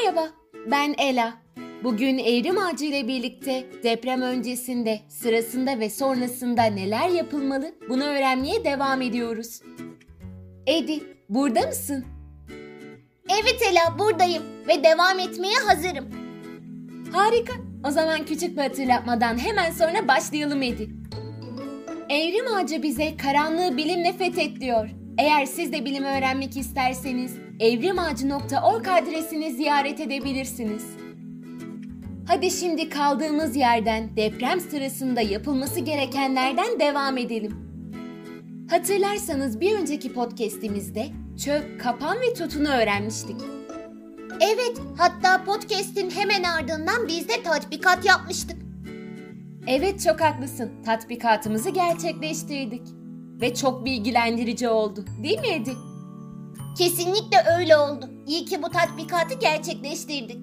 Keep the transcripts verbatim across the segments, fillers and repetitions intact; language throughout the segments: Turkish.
Merhaba, ben Ela. Bugün Evrim Ağacı ile birlikte deprem öncesinde, sırasında ve sonrasında neler yapılmalı bunu öğrenmeye devam ediyoruz. Edi, burada mısın? Evet Ela, buradayım ve devam etmeye hazırım. Harika, o zaman küçük bir hatırlatmadan hemen sonra başlayalım Edi. Evrim Ağacı bize karanlığı bilimle fethet diyor. Eğer siz de bilimi öğrenmek isterseniz evrimağacı nokta org adresini ziyaret edebilirsiniz. Hadi şimdi kaldığımız yerden deprem sırasında yapılması gerekenlerden devam edelim. Hatırlarsanız bir önceki podcast'imizde çök, kapan ve tutunu öğrenmiştik. Evet, hatta podcast'in hemen ardından biz de tatbikat yapmıştık. Evet, çok haklısın. Tatbikatımızı gerçekleştirdik. Ve çok bilgilendirici oldu, değil mi Edi? Kesinlikle öyle oldu. İyi ki bu tatbikatı gerçekleştirdik.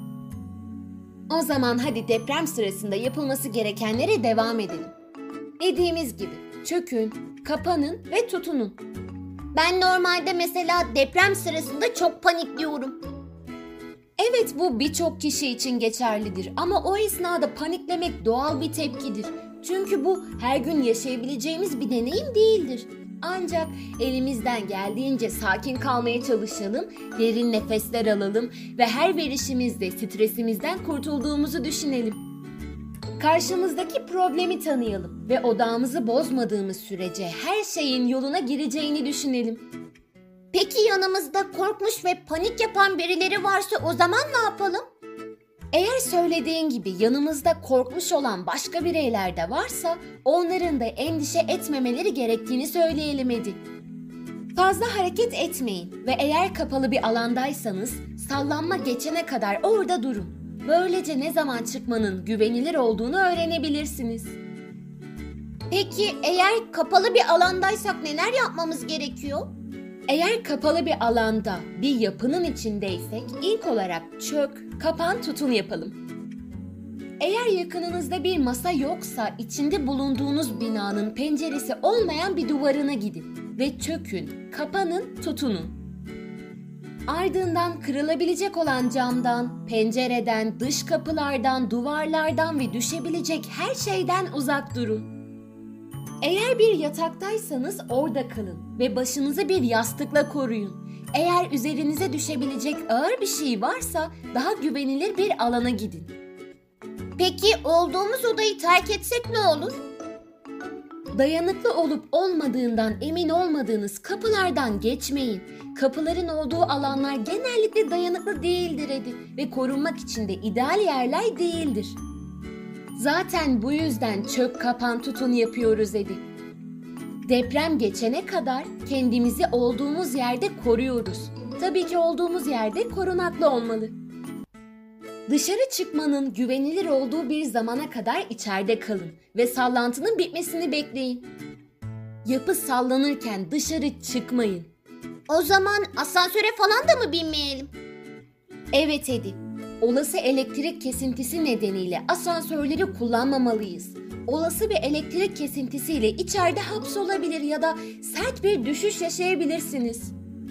O zaman hadi deprem sırasında yapılması gerekenlere devam edelim. Dediğimiz gibi çökün, kapanın ve tutunun. Ben normalde mesela deprem sırasında çok panikliyorum. Evet, bu birçok kişi için geçerlidir ama o esnada paniklemek doğal bir tepkidir. Çünkü bu her gün yaşayabileceğimiz bir deneyim değildir. Ancak elimizden geldiğince sakin kalmaya çalışalım, derin nefesler alalım ve her verişimizde stresimizden kurtulduğumuzu düşünelim. Karşımızdaki problemi tanıyalım ve odağımızı bozmadığımız sürece her şeyin yoluna gireceğini düşünelim. Peki yanımızda korkmuş ve panik yapan birileri varsa o zaman ne yapalım? Eğer söylediğin gibi yanımızda korkmuş olan başka bireyler de varsa onların da endişe etmemeleri gerektiğini söyleyelim Edi. Fazla hareket etmeyin ve eğer kapalı bir alandaysanız sallanma geçene kadar orada durun. Böylece ne zaman çıkmanın güvenilir olduğunu öğrenebilirsiniz. Peki eğer kapalı bir alandaysak neler yapmamız gerekiyor? Eğer kapalı bir alanda bir yapının içindeysek ilk olarak çök, kapan, tutun yapalım. Eğer yakınınızda bir masa yoksa içinde bulunduğunuz binanın penceresi olmayan bir duvarına gidin ve çökün, kapanın, tutunun. Ardından kırılabilecek olan camdan, pencereden, dış kapılardan, duvarlardan ve düşebilecek her şeyden uzak durun. Eğer bir yataktaysanız orada kalın ve başınızı bir yastıkla koruyun. Eğer üzerinize düşebilecek ağır bir şey varsa daha güvenilir bir alana gidin. Peki olduğumuz odayı terk etsek ne olur? Dayanıklı olup olmadığından emin olmadığınız kapılardan geçmeyin. Kapıların olduğu alanlar genellikle dayanıklı değildir Edi ve korunmak için de ideal yerler değildir. Zaten bu yüzden çök, kapan, tutun yapıyoruz Edi. Deprem geçene kadar kendimizi olduğumuz yerde koruyoruz. Tabii ki olduğumuz yerde korunaklı olmalı. Dışarı çıkmanın güvenilir olduğu bir zamana kadar içeride kalın ve sallantının bitmesini bekleyin. Yapı sallanırken dışarı çıkmayın. O zaman asansöre falan da mı binmeyelim? Evet Edi. Olası elektrik kesintisi nedeniyle asansörleri kullanmamalıyız. Olası bir elektrik kesintisiyle içeride hapsolabilir ya da sert bir düşüş yaşayabilirsiniz.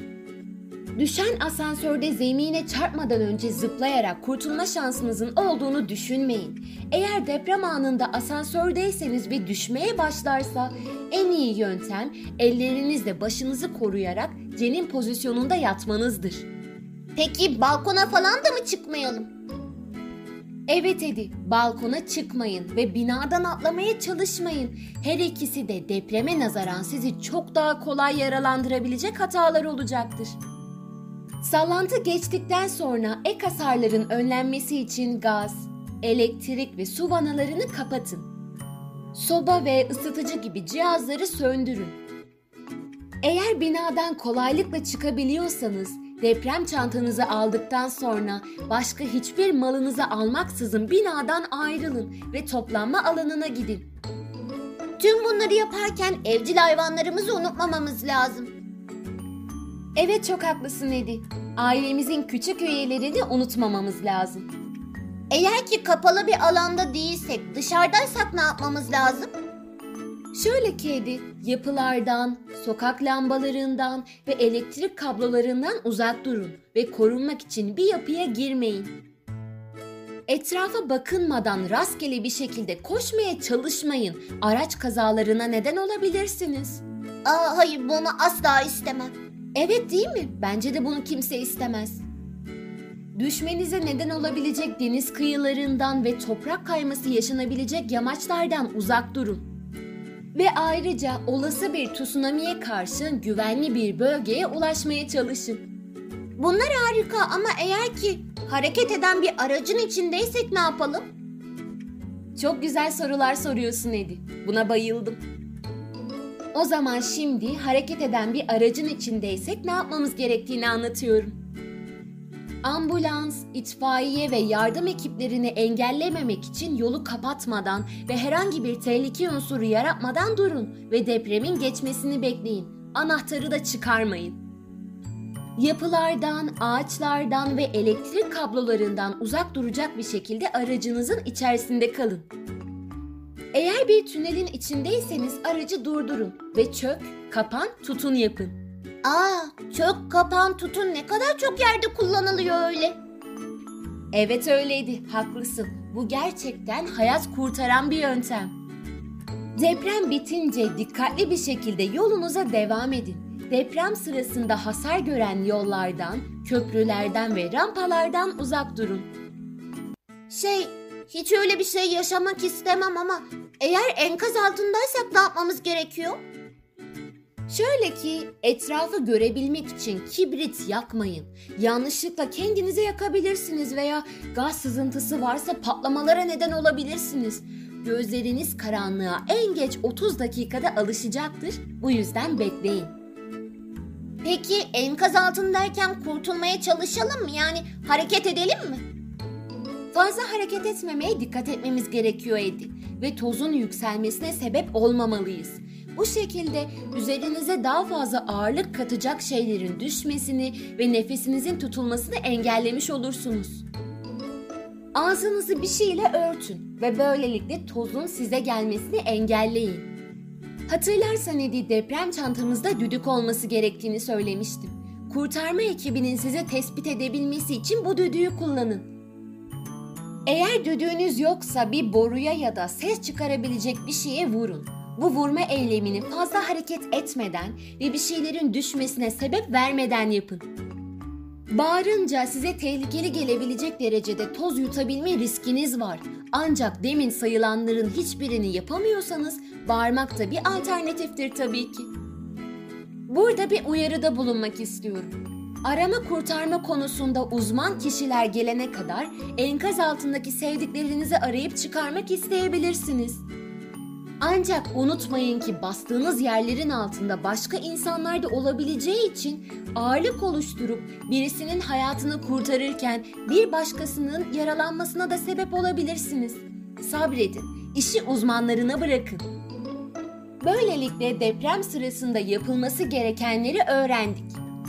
Düşen asansörde zemine çarpmadan önce zıplayarak kurtulma şansınızın olduğunu düşünmeyin. Eğer deprem anında asansördeyseniz ve düşmeye başlarsa en iyi yöntem ellerinizle başınızı koruyarak cenin pozisyonunda yatmanızdır. Peki balkona falan da mı çıkmayalım? Evet Edi, balkona çıkmayın ve binadan atlamaya çalışmayın. Her ikisi de depreme nazaran sizi çok daha kolay yaralandırabilecek hatalar olacaktır. Sallantı geçtikten sonra ek hasarların önlenmesi için gaz, elektrik ve su vanalarını kapatın. Soba ve ısıtıcı gibi cihazları söndürün. Eğer binadan kolaylıkla çıkabiliyorsanız deprem çantanızı aldıktan sonra başka hiçbir malınızı almaksızın binadan ayrılın ve toplanma alanına gidin. Tüm bunları yaparken evcil hayvanlarımızı unutmamamız lazım. Evet, çok haklısın Edi. Ailemizin küçük üyelerini unutmamamız lazım. Eğer ki kapalı bir alanda değilsek, dışarıdaysak ne yapmamız lazım? Şöyle ki Edi, yapılardan, sokak lambalarından ve elektrik kablolarından uzak durun ve korunmak için bir yapıya girmeyin. Etrafa bakınmadan rastgele bir şekilde koşmaya çalışmayın. Araç kazalarına neden olabilirsiniz. Aa, hayır, bunu asla istemem. Evet değil mi? Bence de bunu kimse istemez. Düşmenize neden olabilecek deniz kıyılarından ve toprak kayması yaşanabilecek yamaçlardan uzak durun. Ve ayrıca olası bir tsunami'ye karşı güvenli bir bölgeye ulaşmaya çalışın. Bunlar harika ama eğer ki hareket eden bir aracın içindeysek ne yapalım? Çok güzel sorular soruyorsun Edi. Buna bayıldım. O zaman şimdi hareket eden bir aracın içindeysek ne yapmamız gerektiğini anlatıyorum. Ambulans, itfaiye ve yardım ekiplerini engellememek için yolu kapatmadan ve herhangi bir tehlike unsuru yaratmadan durun ve depremin geçmesini bekleyin. Anahtarı da çıkarmayın. Yapılardan, ağaçlardan ve elektrik kablolarından uzak duracak bir şekilde aracınızın içerisinde kalın. Eğer bir tünelin içindeyseniz aracı durdurun ve çök, kapan, tutun yapın. Aa, çök, kapan, tutun ne kadar çok yerde kullanılıyor öyle. Evet öyleydi, haklısın. Bu gerçekten hayat kurtaran bir yöntem. Deprem bitince dikkatli bir şekilde yolunuza devam edin. Deprem sırasında hasar gören yollardan, köprülerden ve rampalardan uzak durun. Şey, hiç öyle bir şey yaşamak istemem ama eğer enkaz altındaysak ne yapmamız gerekiyor? Şöyle ki etrafı görebilmek için kibrit yakmayın. Yanlışlıkla kendinize yakabilirsiniz veya gaz sızıntısı varsa patlamalara neden olabilirsiniz. Gözleriniz karanlığa en geç otuz dakikada alışacaktır. Bu yüzden bekleyin. Peki enkaz altındayken kurtulmaya çalışalım mı? Yani hareket edelim mi? Fazla hareket etmemeye dikkat etmemiz gerekiyor Edi ve tozun yükselmesine sebep olmamalıyız. Bu şekilde üzerinize daha fazla ağırlık katacak şeylerin düşmesini ve nefesinizin tutulmasını engellemiş olursunuz. Ağzınızı bir şeyle örtün ve böylelikle tozun size gelmesini engelleyin. Hatırlarsan Edi, deprem çantamızda düdük olması gerektiğini söylemiştim. Kurtarma ekibinin size tespit edebilmesi için bu düdüğü kullanın. Eğer düdüğünüz yoksa bir boruya ya da ses çıkarabilecek bir şeye vurun. Bu vurma eylemini fazla hareket etmeden ve bir şeylerin düşmesine sebep vermeden yapın. Bağırınca size tehlikeli gelebilecek derecede toz yutabilme riskiniz var. Ancak demin sayılanların hiçbirini yapamıyorsanız bağırmak da bir alternatiftir tabii ki. Burada bir uyarıda bulunmak istiyorum. Arama kurtarma konusunda uzman kişiler gelene kadar enkaz altındaki sevdiklerinizi arayıp çıkarmak isteyebilirsiniz. Ancak unutmayın ki bastığınız yerlerin altında başka insanlar da olabileceği için ağırlık oluşturup birisinin hayatını kurtarırken bir başkasının yaralanmasına da sebep olabilirsiniz. Sabredin, işi uzmanlarına bırakın. Böylelikle deprem sırasında yapılması gerekenleri öğrendik.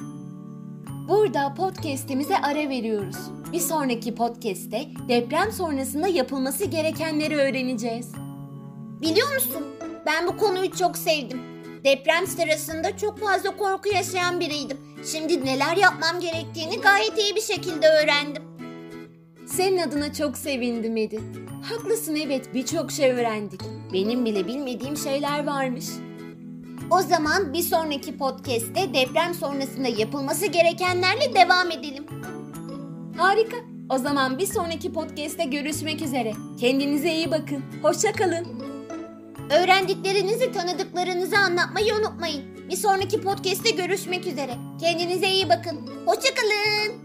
Burada podcast'imize ara veriyoruz. Bir sonraki podcast'te deprem sonrasında yapılması gerekenleri öğreneceğiz. Biliyor musun? Ben bu konuyu çok sevdim. Deprem sırasında çok fazla korku yaşayan biriydim. Şimdi neler yapmam gerektiğini gayet iyi bir şekilde öğrendim. Senin adına çok sevindim Edi. Haklısın, evet, birçok şey öğrendik. Benim bile bilmediğim şeyler varmış. O zaman bir sonraki podcast'te deprem sonrasında yapılması gerekenlerle devam edelim. Harika. O zaman bir sonraki podcast'te görüşmek üzere. Kendinize iyi bakın. Hoşça kalın. Öğrendiklerinizi tanıdıklarınıza anlatmayı unutmayın. Bir sonraki podcast'te görüşmek üzere. Kendinize iyi bakın. Hoşça kalın.